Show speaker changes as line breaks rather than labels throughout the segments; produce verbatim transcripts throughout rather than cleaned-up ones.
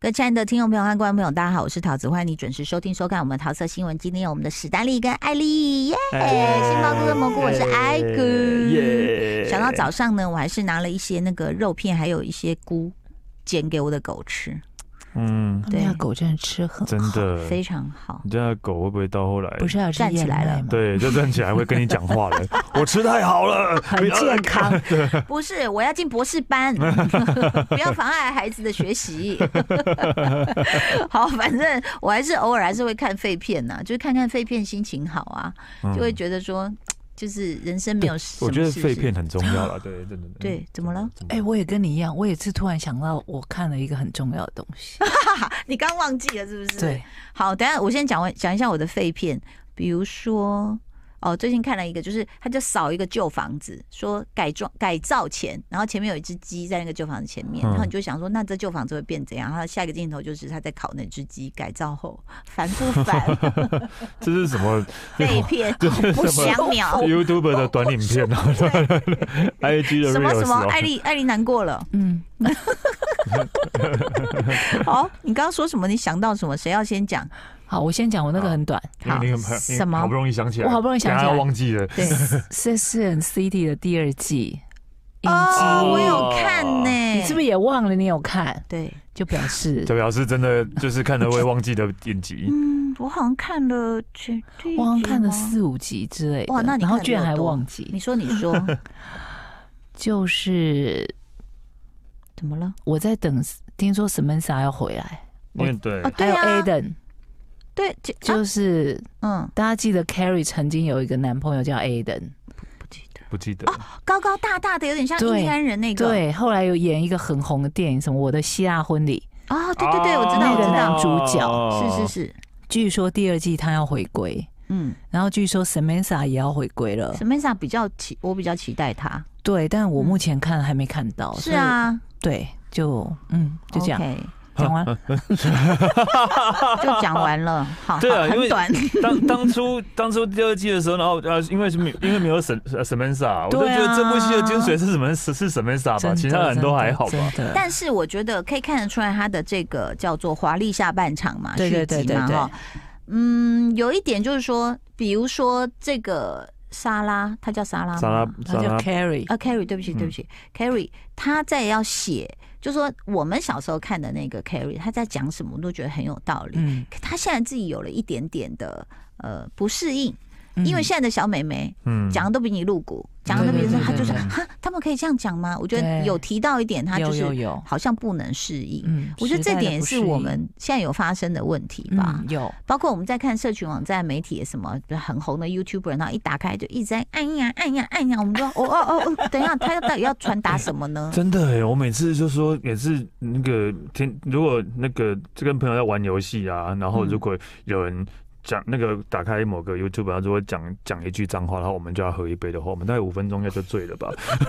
各位亲爱的听众朋友和观众朋友，大家好，我是陶子，欢迎你准时收听收看我们的桃色新闻。今天有我们的史丹利跟艾丽，耶！杏鲍菇跟蘑菇，我是艾菇。耶！想到早上呢，我还是拿了一些那个肉片，还有一些菇煎给我的狗吃。
嗯，
对啊，狗真的吃很好，
真的
非常好。
你家的狗会不会到后来
不是要
站起来了？
对，就站起来会跟你讲话了。我吃太好了，
很健康。
不是，我要进博士班，不要妨碍孩子的学习。好，反正我还是偶尔还是会看废片呐、啊，就是看看废片心情好啊，就会觉得说。就是人生没有什么，
我觉得废片很重要了，对，真的。
对，怎么了？
哎、欸，我也跟你一样，我也是突然想到，我看了一个很重要的东西。
你刚忘记了是不是？
对。
好，等一下我先讲完讲一下我的废片，比如说。哦，最近看了一个，就是他就扫一个旧房子，说改装改造前，然后前面有一只鸡在那个旧房子前面，然后你就想说，那这旧房子会变怎样？然后下一个镜头就是他在烤那只鸡，改造后烦不烦？
这是什么
废片？不想秒
YouTube 的短影片啊 ，I G 的
什么什么？艾丽艾丽难过了，嗯。好，你刚刚说什么？你想到什么？谁要先讲？
好，我先讲，我那个很短。
好，什么？好不容易想起来，
我好不容易想起来，
忘记了。
对，《Sex and City》的第二季
影集，哦，我有看呢。
你是不是也忘了？你有看？
对，
就表示
就表示真的就是看了会忘记的影集。
嗯，我好像看了第一集，
我好像看了四五集之类的。哇，
那你
然后居然还忘记？
你说，你说，
就是
怎么了？
我在等，听说 Samantha 要回来。
嗯，对，
还有 Aiden。
对，
就是嗯，大家记得 Carrie 曾经有一个男朋友叫 Aiden，
不, 不记得，
不记得
哦，高高大大的，有点像印第安人那个。
对，后来有演一个很红的电影，什么《我的希腊婚礼》
哦，对对对，我知道，
那个男主角、
哦、是是是，
据说第二季他要回归，嗯，然后据说 Samantha 也要回归了
，Samantha 比较期，我比较期待他，
对，但我目前看还没看到，
是啊，
对，就嗯，就这样。Okay，讲完
就讲完了，好，
对啊，因为
短。
当当初当初第二季的时候，然后呃，因为是因为没有沈 Samantha， 我就觉得这部戏的精髓是什么？是 Samantha 吧，其他人都还好吧。
但是我觉得可以看得出来，他的这个叫做华丽下半场嘛，
对对对对对，
嗯，有一点就是说，比如说这个莎拉，她叫莎拉吗？
莎拉，
她叫 Carrie
啊 ，Carrie， 对不起对不起、嗯、，Carrie， 她在要写。就是说我们小时候看的那个 Carrie， 他在讲什么，我都觉得很有道理。嗯，可他现在自己有了一点点的呃不适应，因为现在的小美眉，嗯，讲的都比你露骨，讲的都比你，他就是哈，他们可以这样讲吗？我觉得有提到一点，他就是好像不能适应。嗯，我觉得这点也是我们现在有发生的问题吧。
嗯、有，
包括我们在看社群网站、媒体什么很红的 YouTuber， 然后一打开就一直在按呀按呀按呀，我们说哦哦哦，等一下，他到底要传达什么呢？
真的哎，我每次就说也是那个天，如果那个就跟朋友在玩游戏啊，然后如果有人。讲那个打开某个 YouTube， 然后如果讲讲一句脏话，然后我们就要喝一杯的话，我们大概五分钟应该就醉了吧？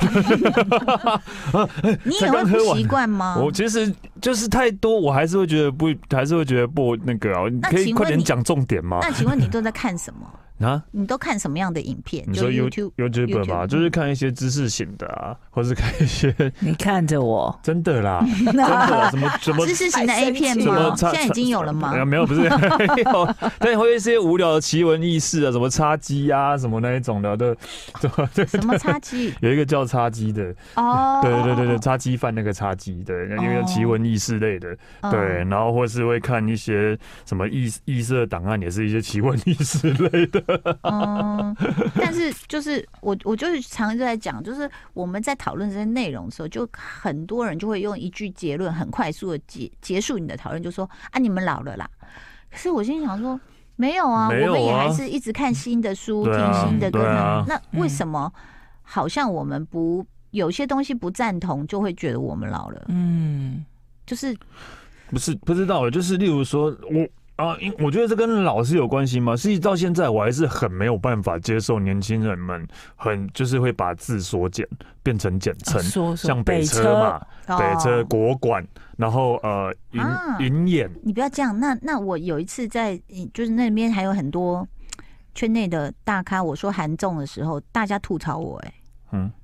你也会不习惯吗？
我其实就是太多，我还是会觉得不，还是会觉得不那个啊。你可以快点讲重点吗？
那请问你都在看什么？
啊，
你都看什么样的影片？
你说
YouTube
YouTube 吧，就是看一些知识型的啊，或是看一些。
你看着我，
真的啦，真的啦，什么什么
知识型的 A 片吗？现在已经有了吗？
没有，不是，有，但会有一些无聊的奇闻异事啊，什么叉鸡啊，什么那一种的，对，
什么叉鸡？
有一个叫叉鸡的哦，对对对对，叉鸡饭那个叉鸡，对，因为奇闻异事类的，对，然后或是会看一些什么异异色档案，也是一些奇闻异事类的。
嗯，但是就是我，我就是常常就在讲，就是我们在讨论这些内容的时候，就很多人就会用一句结论，很快速的结结束你的讨论，就说啊，你们老了啦。可是我心想说，没有啊，
有啊，
我们也还是一直看新的书，
啊、
听新的歌。
啊、
那为什么好像我们不有些东西不赞同，就会觉得我们老了？嗯，就是
不是不知道，就是例如说我。啊，因我觉得这跟老是有关系吗？实际到现在，我还是很没有办法接受年轻人们很就是会把字缩减变成简称，
啊、
像北车嘛，北 车,、哦、北车国馆，然后呃银银眼。
你不要这样，那那我有一次在就是那边还有很多圈内的大咖，我说韩综的时候，大家吐槽我、欸，哎，嗯。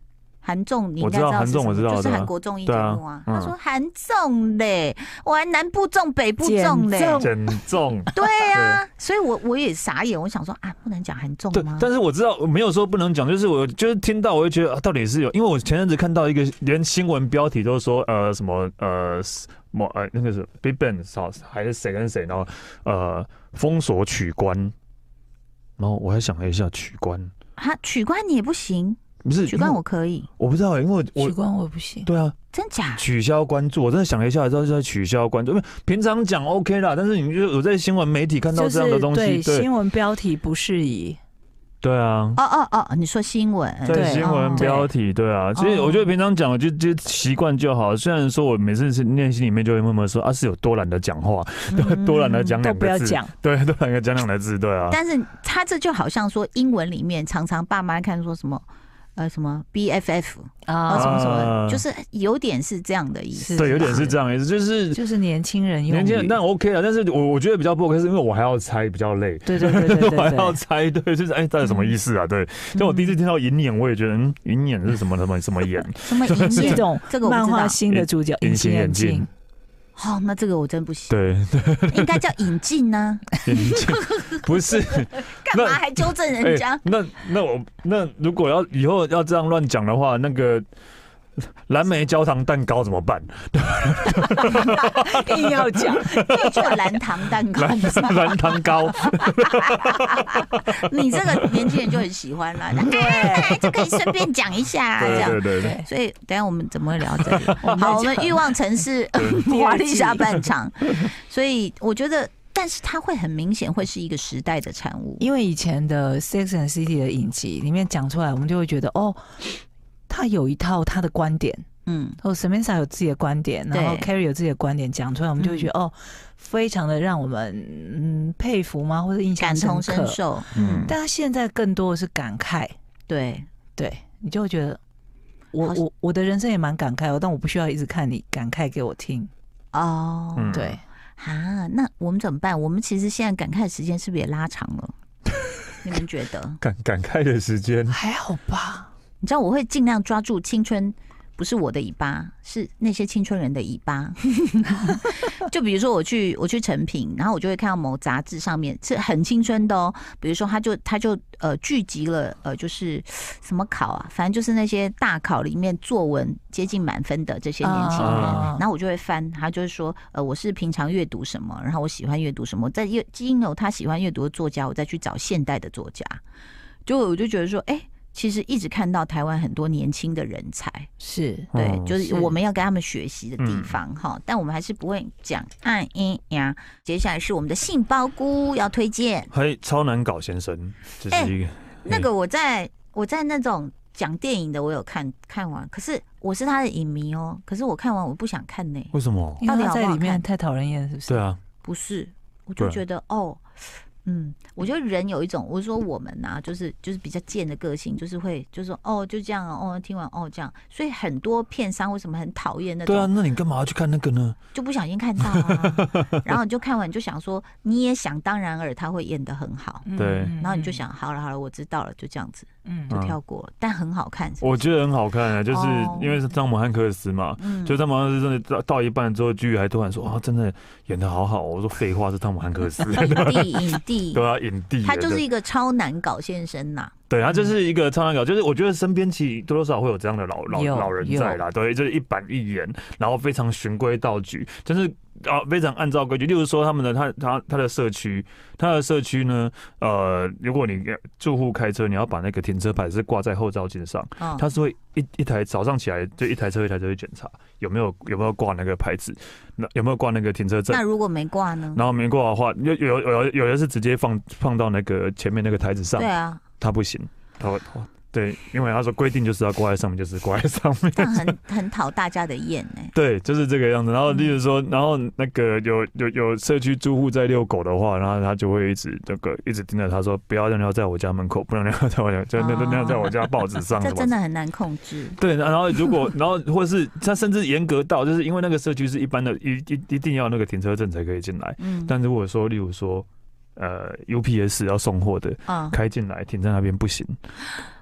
韩综你应该知道是什么，就是韩国综艺节目啊。他说韩综嘞，我还南部综北部综嘞，
减重。
对啊，所以我我也傻眼，我想说啊，不能讲韩综吗？
但是我知道我没有说不能讲，就是我就是听到我会觉得、啊、到底是有，因为我前阵子看到一个连新闻标题都说呃什么呃某呃那个是 BigBang 还是谁跟谁，然后呃封锁取关，然后我还想了一下取关，
哈取关你也不行。
不是
取关我可以，
我不知道、欸，因为我
取关我不行。
对啊，
真假？
取消关注，我真的想了一下，知道是在取消关注。因为平常讲 OK 啦，但是你就有在新闻媒体看到这样的东西，
就是、对, 对新闻标题不适宜。
对啊，
哦哦哦，你说新闻，
在新闻标题，对啊，所以我觉得平常讲就就习惯就好。虽然说我每次是内心里面就会默默说啊，是有多懒得讲话，嗯、多懒得讲两个字，都不要讲，对，多懒得讲两个字，对啊。
但是他这就好像说英文里面常常爸妈看说什么。呃，什么 B F F 啊，什么什么，就是有点是这样的意思。
对，有点是这样的意思，就是
就是年轻人用语，
年轻人但 OK 了。但是我我觉得比较不 OK，是因为我还要猜，比较累。
对对对对对，
我还要猜，对，就是哎，到底什么意思啊？对，就我第一次听到银眼，我也觉得嗯，银眼是什么什么什么眼？
什么银眼？
这种
这个
漫画新的主角
隐形眼镜。
好、哦，那这个我真不行。
对，对
应该叫引进呢。
引进不是，
干嘛还纠正人家？
欸、那那我那如果要以后要这样乱讲的话，那个蓝莓焦糖蛋糕怎么办？
硬要讲，
就蓝糖蛋糕，
蓝糖糕。
你这个年轻人就很喜欢啦，对，就可以顺便讲一下，这样
对对对。
所以等一下我们怎么会聊这里？好，我们欲望城市华丽下半场，所以我觉得。但是它会很明显会是一个时代的产物，
因为以前的 Sex and City 的影集里面讲出来，我们就会觉得哦，他有一套他的观点，嗯，哦 Samantha 有自己的观点，然后 Carrie 有自己的观点讲出来，我们就会觉得、嗯、哦，非常的让我们嗯佩服吗？或者印象深刻，感同
身受，
嗯，但他现在更多的是感慨，
对
对，你就会觉得我我我的人生也蛮感慨哦，但我不需要一直看你感慨给我听
哦，
嗯、对。
啊，那我们怎么办？我们其实现在感慨的时间是不是也拉长了？你们觉得？
感感慨的时间
还好吧？
你知道我会尽量抓住青春，不是我的尾巴，是那些青春人的尾巴。就比如说我去我去成品，然后我就会看到某杂志上面是很青春的哦。比如说他就他就呃聚集了呃就是什么考啊，反正就是那些大考里面作文接近满分的这些年轻人，啊、然后我就会翻，他就是说呃我是平常阅读什么，然后我喜欢阅读什么，在经由他喜欢阅读的作家，我再去找现代的作家，就我就觉得说，哎、欸。其实一直看到台湾很多年轻的人才，
是
对，就是我们要跟他们学习的地方哈、嗯。但我们还是不会讲哎哎呀。接下来是我们的杏鲍菇要推荐，
嘿，超难搞先生，这是一个、欸、
那个我在我在那种讲电影的我有看看完，可是我是他的影迷哦，可是我看完我不想看呢、欸。
为什么？
因为他在里面太讨人厌，是不是？
对啊，
不是，我就觉得哦。嗯，我觉得人有一种，我说我们啊，就是就是比较贱的个性，就是会就是说哦，就这样哦，听完哦这样，所以很多片商为什么很讨厌那种？
对啊，那你干嘛要去看那个呢？
就不小心看到啊，然后你就看完你就想说，你也想当然尔他会演得很好，
对，
然后你就想好了好了，我知道了，就这样子，嗯，就跳过了，但很好看是不是。
我觉得很好看啊，就是因为是汤姆汉克斯嘛，嗯、就汤姆汉克斯真的到到一半之后，剧还突然说啊，真的演得好好，我说废话，是汤姆汉克斯，
影帝影帝，
对啊，影帝。
他就是一个超难搞先生呐、啊，
对，他就是一个超难搞，就是我觉得身边其实多多少少会有这样的老老老人在啦，对，就是一板一眼，然后非常循规蹈矩，就是啊非常按照规矩。例如说他们的他他他的社区，他的社区呢，呃，如果你住户开车，你要把那个停车牌是挂在后照镜上，哦、他是会一一台早上起来就一台车一台车去检查有没有有没有挂那个牌子，那有没有挂那个停车证。
那如果没挂呢？
然后没挂的话，有有有有的是直接放放到那个前面那个台子上。
对啊，
他不行，他会对，因为他说规定就是要挂在上面，就是挂在上面，
这样很很讨大家的厌哎、欸。
对，就是这个样子。然后，例如说，然后那个有有有社区住户在遛狗的话，然后他就会一直这个一直盯着他说，不要尿在我家门口，不能尿在我家，就那尿在我家报纸上。
这真的很难控制。
对，然后如果然后或是他甚至严格到，就是因为那个社区是一般的，一一一定要那个停车证才可以进来。嗯。但如果说，例如说。呃 ，U P S 要送货的，嗯、开进来停在那边不行。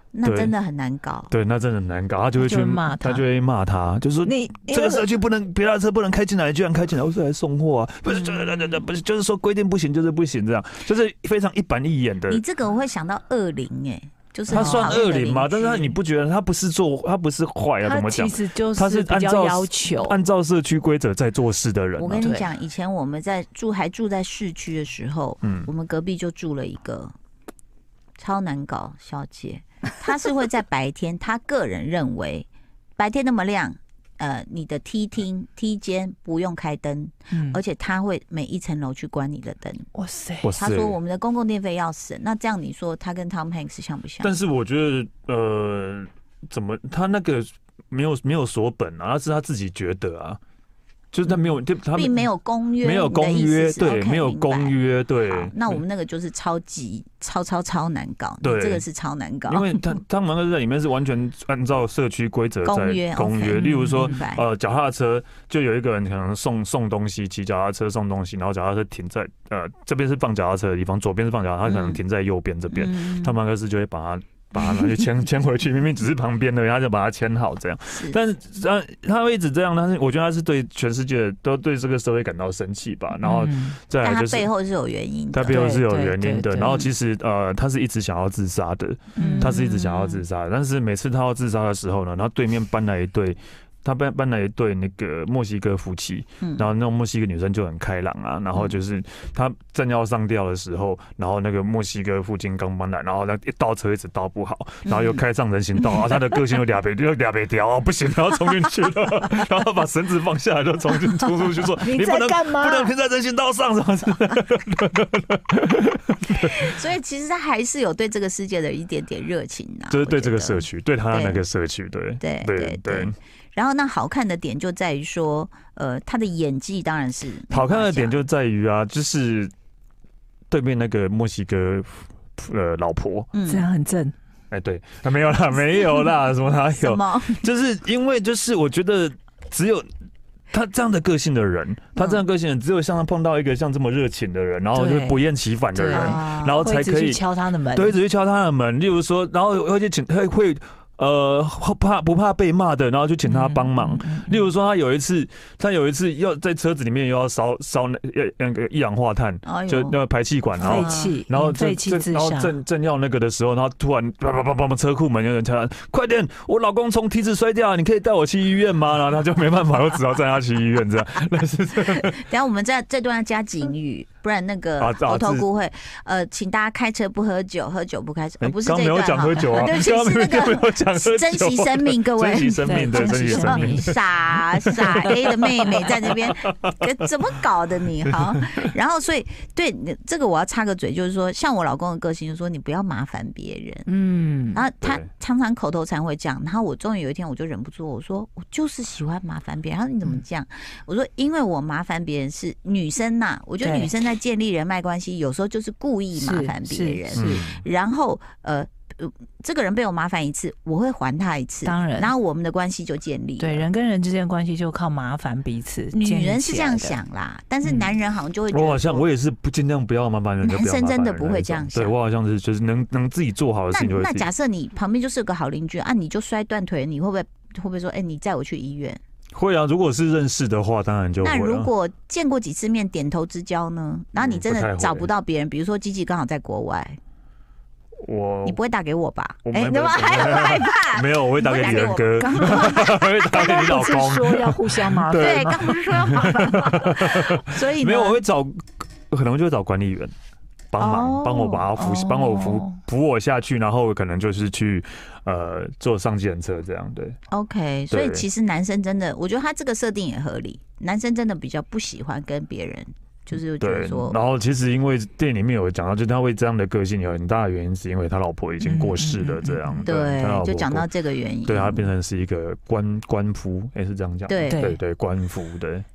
那真的很难搞。
对，那真的很难搞。他就会去
骂他，
他就会骂他，就说你这个社区不能，别的车不能开进来，居然开进来，我说来送货啊，不是，不是，就是说规定不行，就是不行，这样就是非常一板一眼的。
你这个我会想到恶灵哎。就是
他算恶灵吗？但是他你不觉得他不是做，他不是坏啊？怎么讲？
他其实就是
他是按照
要求
按照社区规则在做事的人、啊。
我跟你讲，以前我们在住还住在市区的时候，嗯，我们隔壁就住了一个超难搞小姐，她是会在白天，她个人认为白天那么亮。呃，你的梯厅、梯间不用开灯，嗯，而且他会每一层楼去关你的灯。
哇塞！
他说我们的公共电费要省，那这样你说他跟 Tom Hanks 像不像？
但是我觉得，呃，怎么他那个没有没有锁本啊，那是他自己觉得啊。就是他没有，他
并没有公约，
没有公约，对，
okay,
没有公约，对。
那我们那个就是超级超超超难搞，对，这个是超难搞，
因为他他们在里面是完全按照社区规则在公约，公约。例如说，呃，脚踏车就有一个人可能送送东西，骑脚踏车送东西，然后脚踏车停在呃这边是放脚踏车的地方，左边是放脚踏车，他可能停在右边这边，嗯、他们那个是就会把它。把它拿去牵牵回去，明明只是旁边的，他就把它牵好这样。但是他他会一直这样，但是我觉得他是对全世界都对这个社会感到生气吧。然后再来就是，
但他背后是有原因的，
他背后是有原因的。然后其实呃，他是一直想要自杀的，他是一直想要自杀的。但是每次他要自杀的时候呢，然后对面搬来一对。他搬搬来一对那个墨西哥夫妻，然后那种墨西哥女生就很开朗啊，然后就是他正要上吊的时候，然后那个墨西哥父亲刚搬来，然后他一倒车一直倒不好，然后又开上人行道啊，他的个性又俩北又俩北调，不行，然后冲进去了，然后把绳子放下来就冲进冲出去说你不能不能停在人行道上什么之类的。
所以其实他还是有对这个世界的一点点热情啊，
就是对这个社区，对他的那个社区，对
对对对。然后那好看的点就在于说，呃，他的演技当然是
好看的点就在于啊，就是对面那个墨西哥呃老婆，
嗯，这样很正。
哎，对，没有啦，没有啦，什么哪有？什么？就是因为就是我觉得只有他这样的个性的人，他这样的个性的人，只有像他碰到一个像这么热情的人，然后就不厌其烦的人，然后才可以
敲他的门，
对，只去敲他的门。例如说，然后而且请他会。呃，怕不怕被骂的，然后就请他帮忙。嗯嗯嗯、例如说，他有一次，他有一次要在车子里面又要烧烧那那个一氧化碳，哎、就那个排气管，然后然后正正然后正正要那个的时候，然后突然叭叭叭叭，车库门有人敲门，快点，我老公从梯子摔掉，你可以带我去医院吗？然后他就没办法，我只好带他去医院这样。那是这样。
等一下我们在这段要加警语。不然那个猴头菇会呃，请大家开车不喝酒，喝酒不开车，而不是这一段哈。对不起，是那个珍惜生命，各位，
珍惜生命，对，珍惜生命。
傻傻 A 的妹妹在那边，怎么搞的你？好，然后所以对这个我要插个嘴，就是说，像我老公的个性，就是说你不要麻烦别人，嗯，然后他常常口头禅会这样，然后我终于有一天我就忍不住，我说我就是喜欢麻烦别人，然后你怎么这样？我说因为我麻烦别人是女生呐，我觉得女生在建立人脉关系，有时候就是故意麻烦别人，然后呃，这个人被我麻烦一次，我会还他一次，
当然，
然后我们的关系就建立。
对，人跟人之间的关系就靠麻烦彼此。
女人是这样想啦，但是男人好像就会觉得、
嗯、我好像我也是不尽量不要麻烦人，
男生真的不会这样想。
对，我好像是就是能能自己做好的事情就会。
那那假设你旁边就是有个好邻居啊，你就摔断腿，你会不会会不会说，哎、欸，你载我去医院？
会啊，如果是认识的话，当然就会、啊。
那如果见过几次面，点头之交呢？然后你真的找不到别人，比如说吉吉刚好在国外，
我
你不会打给我吧？
哎，
怎么还很害怕？
没有，我会打给你人哥，我会打给你老公。
说要互相麻烦，
对，刚不是说要麻烦，所以
没有，我会找，可能就会找管理员。帮忙，帮、oh, 我把他扶，帮、oh. 我扶扶我下去，然后可能就是去呃坐上计程车这样，对。
OK， 所以其实男生真的，我觉得他这个设定也合理。男生真的比较不喜欢跟别人，就是觉得说。
然后其实因为电影里面有讲到，就是他为这样的个性有很大的原因，是因为他老婆已经过世了，这样。
嗯、对，对就讲到这个原因。
对他变成是一个官官夫，哎、欸，是这样讲。
对
对对，官夫对。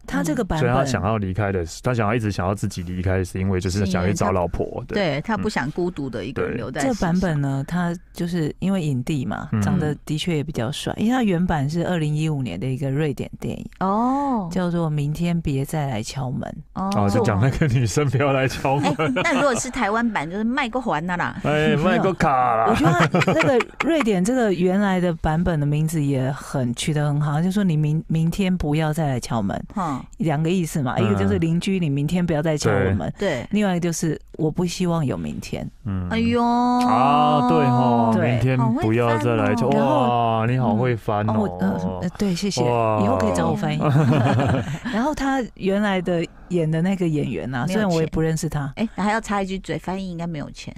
他这个版本，
所以他想要离开的，他想要一直想要自己离开，是因为就是想去找老婆。
对，对他不想孤独的一个人留在。
这个版本呢，他就是因为影帝嘛，长得的确也比较帅，因为他原版是二零一五年的一个瑞典电影哦，叫做《明天别再来敲门》
哦，就讲那个女生不要来敲门。
欸、那如果是台湾版，就是卖个环的啦，
哎，卖个卡啦。
我觉得他那个瑞典这个原来的版本的名字也很取得很好，就说你明明天不要再来敲门，两个意思嘛，一个就是邻居，你明天不要再敲我们，
对，
另外一个就是我不希望有明天。
嗯，哎呦
啊，对哦，明天不要再来敲。哇，你好会翻哦。
呃，对，谢谢，以后可以找我翻译。然后他原来的演的那个演员啊，虽然我也不认识他，
哎，还要插一句嘴，翻译应该没有钱。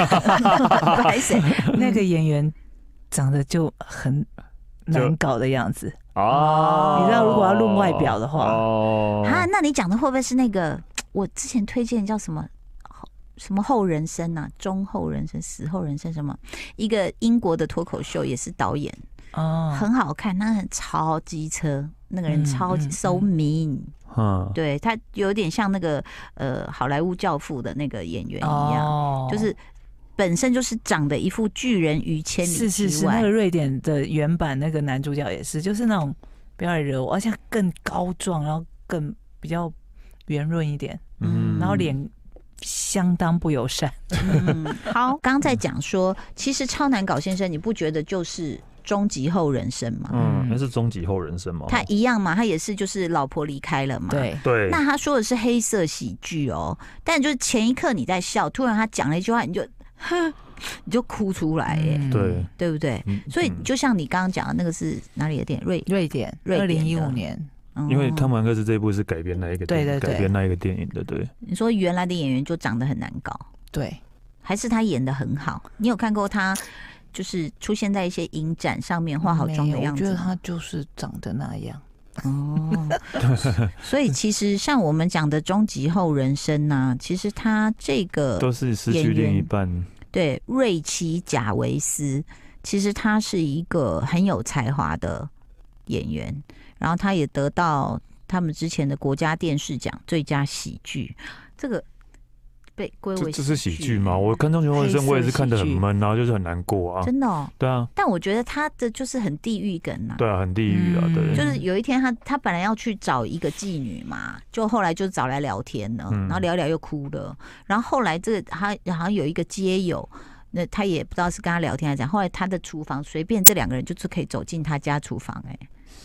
那个演员长得就很难搞的样子
哦，
你知道，如果要论外表的话，
哦，啊，那你讲的会不会是那个我之前推荐叫什么什么后人生啊，中后人生、死后人生什么？一个英国的脱口秀也是导演哦，很好看，那很超机车，那个人超级 so mean。嗯，对他有点像那个呃好莱坞教父的那个演员一样，哦、就是本身就是长得一副拒人于千里之外。
是是是，那个瑞典的原版那个男主角也是，就是那种不要来惹我，而且更高壮，然后更比较圆润一点，嗯，然后脸相当不友善。
嗯，好，刚刚在讲说，其实超难搞先生，你不觉得就是终极后人生吗？
嗯，那是终极后人生吗？
他一样嘛，他也是就是老婆离开了嘛。
对
对。
那他说的是黑色喜剧哦，但就是前一刻你在笑，突然他讲了一句话，你就呵，你就哭出来耶。
嗯、对，
对不对？嗯、所以就像你刚刚讲的那个是哪里的电影？瑞
瑞典，二零一五年。
因为汤姆汉克斯这一部是改编那一个
对对对
改编那一个电影的，对。
你说原来的演员就长得很难搞，
对，
还是他演得很好？你有看过他就是出现在一些影展上面化好妆的样子？
我觉得他就是长得那样。
哦，所以其实像我们讲的终极后人生呢、啊，其实他这个
都是失去另一半。
对，瑞奇·贾维斯，其实他是一个很有才华的演员。然后他也得到他们之前的国家电视奖最佳喜剧，这个被归为
这是喜剧吗？我看《终极后人生》我也是看得很闷啊，就是很难过啊。
真的哦，
对啊。
但我觉得他的就是很地狱梗啊。
对啊，很地狱啊，对。
就是有一天他他本来要去找一个妓女嘛，就后来就找来聊天了，嗯、然后聊一聊又哭了，然后后来这个他好像有一个街友。那他也不知道是跟他聊天还是怎样，后来他的厨房随便这两个人就是可以走进他家厨房、欸，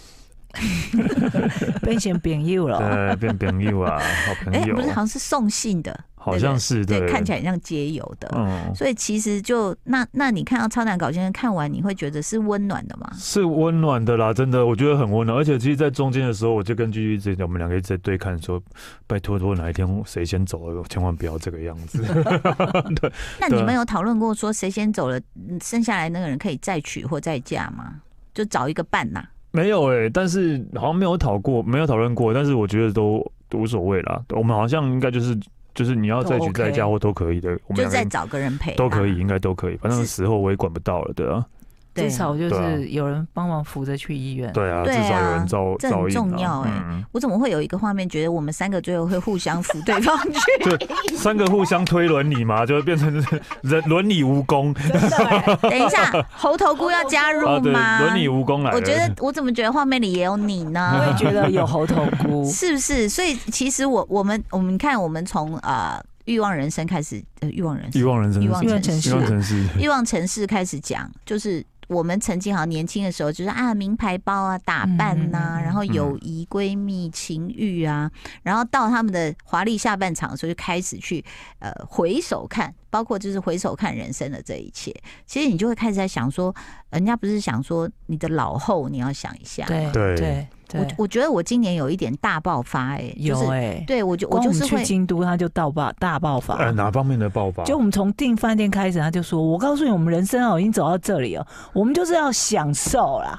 哎，变成朋友了，
对，变朋友啊，好朋友。
哎、欸，不是，好像是送信的，
好像是
对,
对,
对，看起来像街友的，嗯，所以其实就那那你看到超难搞先生看完，你会觉得是温暖的吗？
是温暖的啦，真的，我觉得很温暖。而且其实，在中间的时候，我就跟居居我们两个一直在对看说，拜托，如果哪一天谁先走了，千万不要这个样子。对，
那你们有讨论过说谁先走了，剩下来那个人可以再娶或再嫁吗？就找一个伴呐、啊？
没有哎、欸，但是好像没有讨过，没有讨论过。但是我觉得都无所谓啦。我们好像应该就是就是你要再娶再嫁或都可以的，我们
就再找个人陪
都可以，应该都可以。反正死后我也管不到了，对啊。
至少就是有人帮忙扶着去医院。
对啊，至少有人照
这很重要哎、欸嗯。我怎么会有一一个画面，觉得我们三个最后会互相扶对方去？
对，三个互相推轮椅嘛，就会变成人轮椅蜈蚣。
等一下，猴头菇要加入吗？
轮椅蜈蚣来了。
我觉得我怎么觉得画面里也有你呢？
我也觉得有猴头菇，
是不是？所以其实我我们我们看，我们从呃。欲望人生开始，呃，欲望人生，
欲望人生，
欲望城市，
欲望城市，
欲望城市开始讲，就是我们曾经好像年轻的时候，就是啊，名牌包啊，打扮呐、啊，嗯、然后友谊、闺蜜、情欲啊，然后到他们的华丽下半场的时候，就开始去呃回首看，包括就是回首看人生的这一切，其实你就会开始在想说，人家不是想说你的老后你要想一下，
对对。对
我我觉得我今年有一点大爆发哎、欸，
有哎、欸，
对我就我就是会
去京都，他就大爆大爆发。
呃，哪方面的爆发？
就我们从订饭店开始，他就说：“我告诉你，我们人生哦已经走到这里了，我们就是要享受啦。”
对，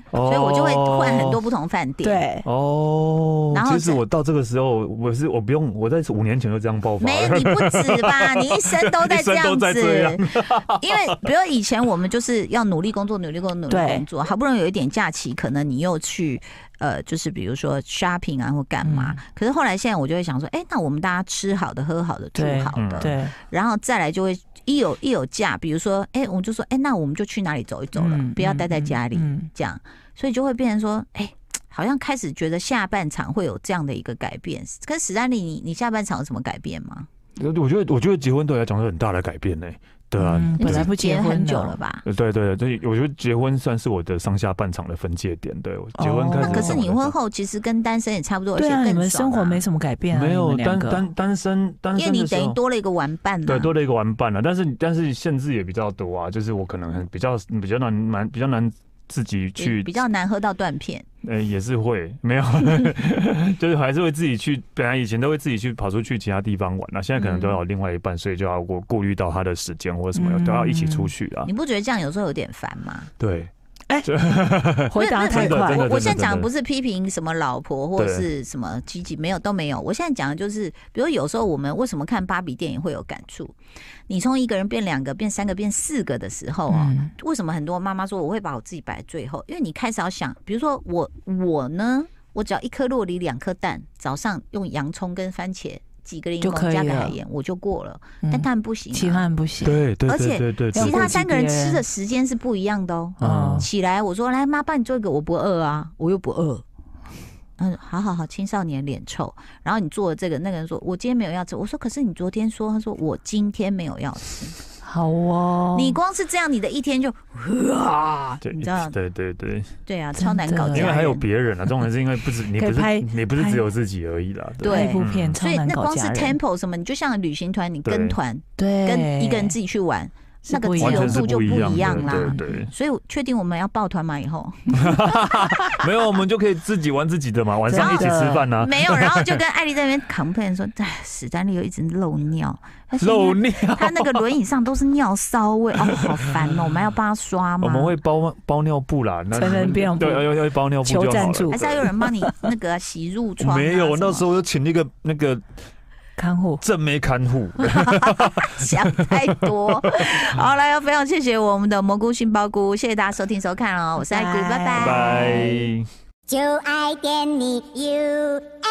所以我就会换很多不同饭店。
对，
哦，
然后
其实我到这个时候，我是我不用，我在五年前就这样爆发了。
没，你不止吧？你一生都在这样子。
这样
因为比如以前我们就是要努力工作，努力工作，努力工作，好不容易有一点假期，可能你又去呃，就是比如说 shopping 啊或干嘛。嗯、可是后来现在我就会想说，哎、欸，那我们大家吃好的、喝好的、住好的，
对，
然后再来就会。一有一有假，比如说，哎、欸，我们就说，哎、欸，那我们就去哪里走一走了，嗯、不要待在家里，嗯、这样，所以就会变成说，哎、欸，好像开始觉得下半场会有这样的一个改变。跟史丹利，你你下半场有什么改变吗？
我觉得，我觉得结婚对我来讲是很大的改变呢、欸。对啊，
嗯、本来不结婚
很久了吧？
对对对，我觉得结婚算是我的上下半场的分界点。对，我结婚开始、
哦。可是你婚后其实跟单身也差不多，
对啊，
而且更爽啊，
你们生活没什么改变啊，
没有单单单身单身，
因为你等于多了一个玩伴、啊，
对，多了一个玩伴了、啊。但是但是限制也比较多啊，就是我可能比较比较难难比较难自己去，
比较难喝到断片。
呃、欸，也是会没有，就是还是会自己去。本来以前都会自己去跑出去其他地方玩，那现在可能都要有另外一半，所以就要顾顾虑到他的时间或者什么，都要一起出去啊。
你不觉得这样有时候有点烦吗？
对。
哎、欸，回答太快。
我我现在讲的不是批评什么老婆或者是什么积极，没有都没有。我现在讲的就是，比如有时候我们为什么看芭比电影会有感触？你从一个人变两个、变三个、变四个的时候啊、嗯，为什么很多妈妈说我会把我自己摆在最后？因为你开始要想，比如说我我呢，我只要一颗酪梨、两颗蛋，早上用洋葱跟番茄。几个柠檬加个海盐我就过了，嗯、但他们不行、啊，
其他人不行。
对对
对，而且其他三个人吃的时间是不一样的哦。嗯、起来我说来妈帮你做一个，我不饿啊，我又不饿。嗯，好好好，青少年脸臭。然后你做了这个，那个人说我今天没有要吃，我说可是你昨天说，他说我今天没有要吃。
好哦，
你光是这样，你的一天就哇，你知道？
对对对，
对啊，超难搞。
因为还有别人啊，重点是因为不止你不是你不是只有自己而已啦。
对，
一部片超难搞。
所以那光是 tempo 什么，你就像旅行团，你跟团，
对，
跟一个人自己去玩。那个自由度就不一样啦，
对对。
所以确定我们要抱团嘛？以后
没有，我们就可以自己玩自己的嘛，晚上一起吃饭啊。
没有，然后就跟艾莉在那边 complain 说，哎，史丹利又一直漏尿，
漏尿，
他那个轮椅上都是尿骚味，哦，好烦哦！我们要帮他刷吗？
我们会包包尿布啦，
成人便用布，
对，要要包尿布就好了。
还是要有人帮你那个洗褥疮？
没有，那时候就请那个那个。
看护
正妹看护，
想太多。好，来，非常谢谢我们的蘑菇杏鲍菇，谢谢大家收听收看哦，我是爱菇，拜拜。
拜拜。
就爱点你 U。